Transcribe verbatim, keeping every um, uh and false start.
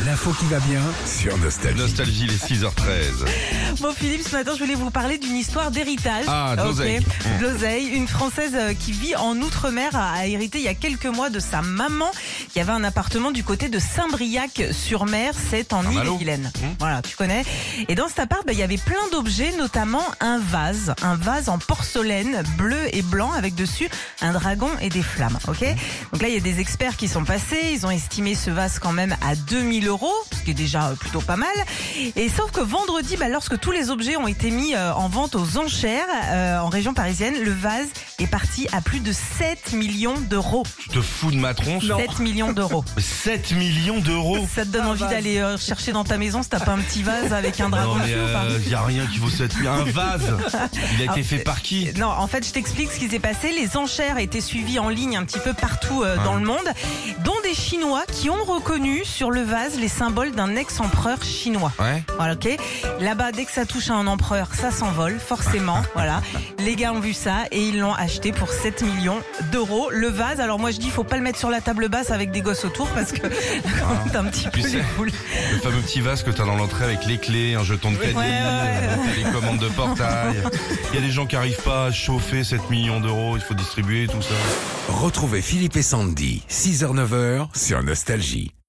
L'info qui va bien sur Nostalgie. Nostalgie, les six heures treize. Bon Philippe, ce matin je voulais vous parler d'une histoire d'héritage. Ah, de l'oseille. Ok. De l'oseille. Une Française euh, qui vit en Outre-mer a hérité il y a quelques mois de sa maman qui avait un appartement du côté de Saint-Briac-sur-Mer, c'est en Ille-et-Vilaine. Mmh. Voilà, tu connais. Et dans cet appart, bah, il y avait plein d'objets, notamment un vase, un vase en porcelaine bleu et blanc avec dessus un dragon et des flammes. Ok. Donc là, il y a des experts qui sont passés, ils ont estimé ce vase quand même à deux mille euros, ce qui est déjà plutôt pas mal. Et sauf que vendredi, bah, lorsque tous les objets ont été mis euh, en vente aux enchères euh, en région parisienne, le vase est parti à plus de sept millions d'euros. Tu te fous de ma tronche? sept millions d'euros. sept millions d'euros. Ça te donne envie d'aller euh, chercher dans ta maison si t'as pas un petit vase avec un dragon Non mais dessus ou pas? il euh, y a rien qui vaut sept millions. Un vase. Il a été Alors, fait par qui? Non, en fait, je t'explique ce qui s'est passé. Les enchères étaient suivies en ligne un petit peu partout euh, dans Ah. le monde, dont des Chinois qui ont reconnu sur le vase les symboles d'un ex-empereur chinois. Ouais. Voilà, ok. Là-bas, dès que ça touche à un empereur, ça s'envole, forcément. Voilà. Les gars ont vu ça et ils l'ont acheté pour sept millions d'euros. Le vase, alors moi je dis, faut pas le mettre sur la table basse avec des gosses autour parce que t'as un petit peu Tu sais, les boules. Le fameux petit vase que t'as dans l'entrée avec les clés, un jeton de caddie, Ouais, ouais, ouais. les commandes de portail. Il y a des gens qui arrivent pas à chauffer sept millions d'euros, il faut distribuer tout ça. Retrouvez Philippe et Sandy, six heures neuf heures sur Nostalgie.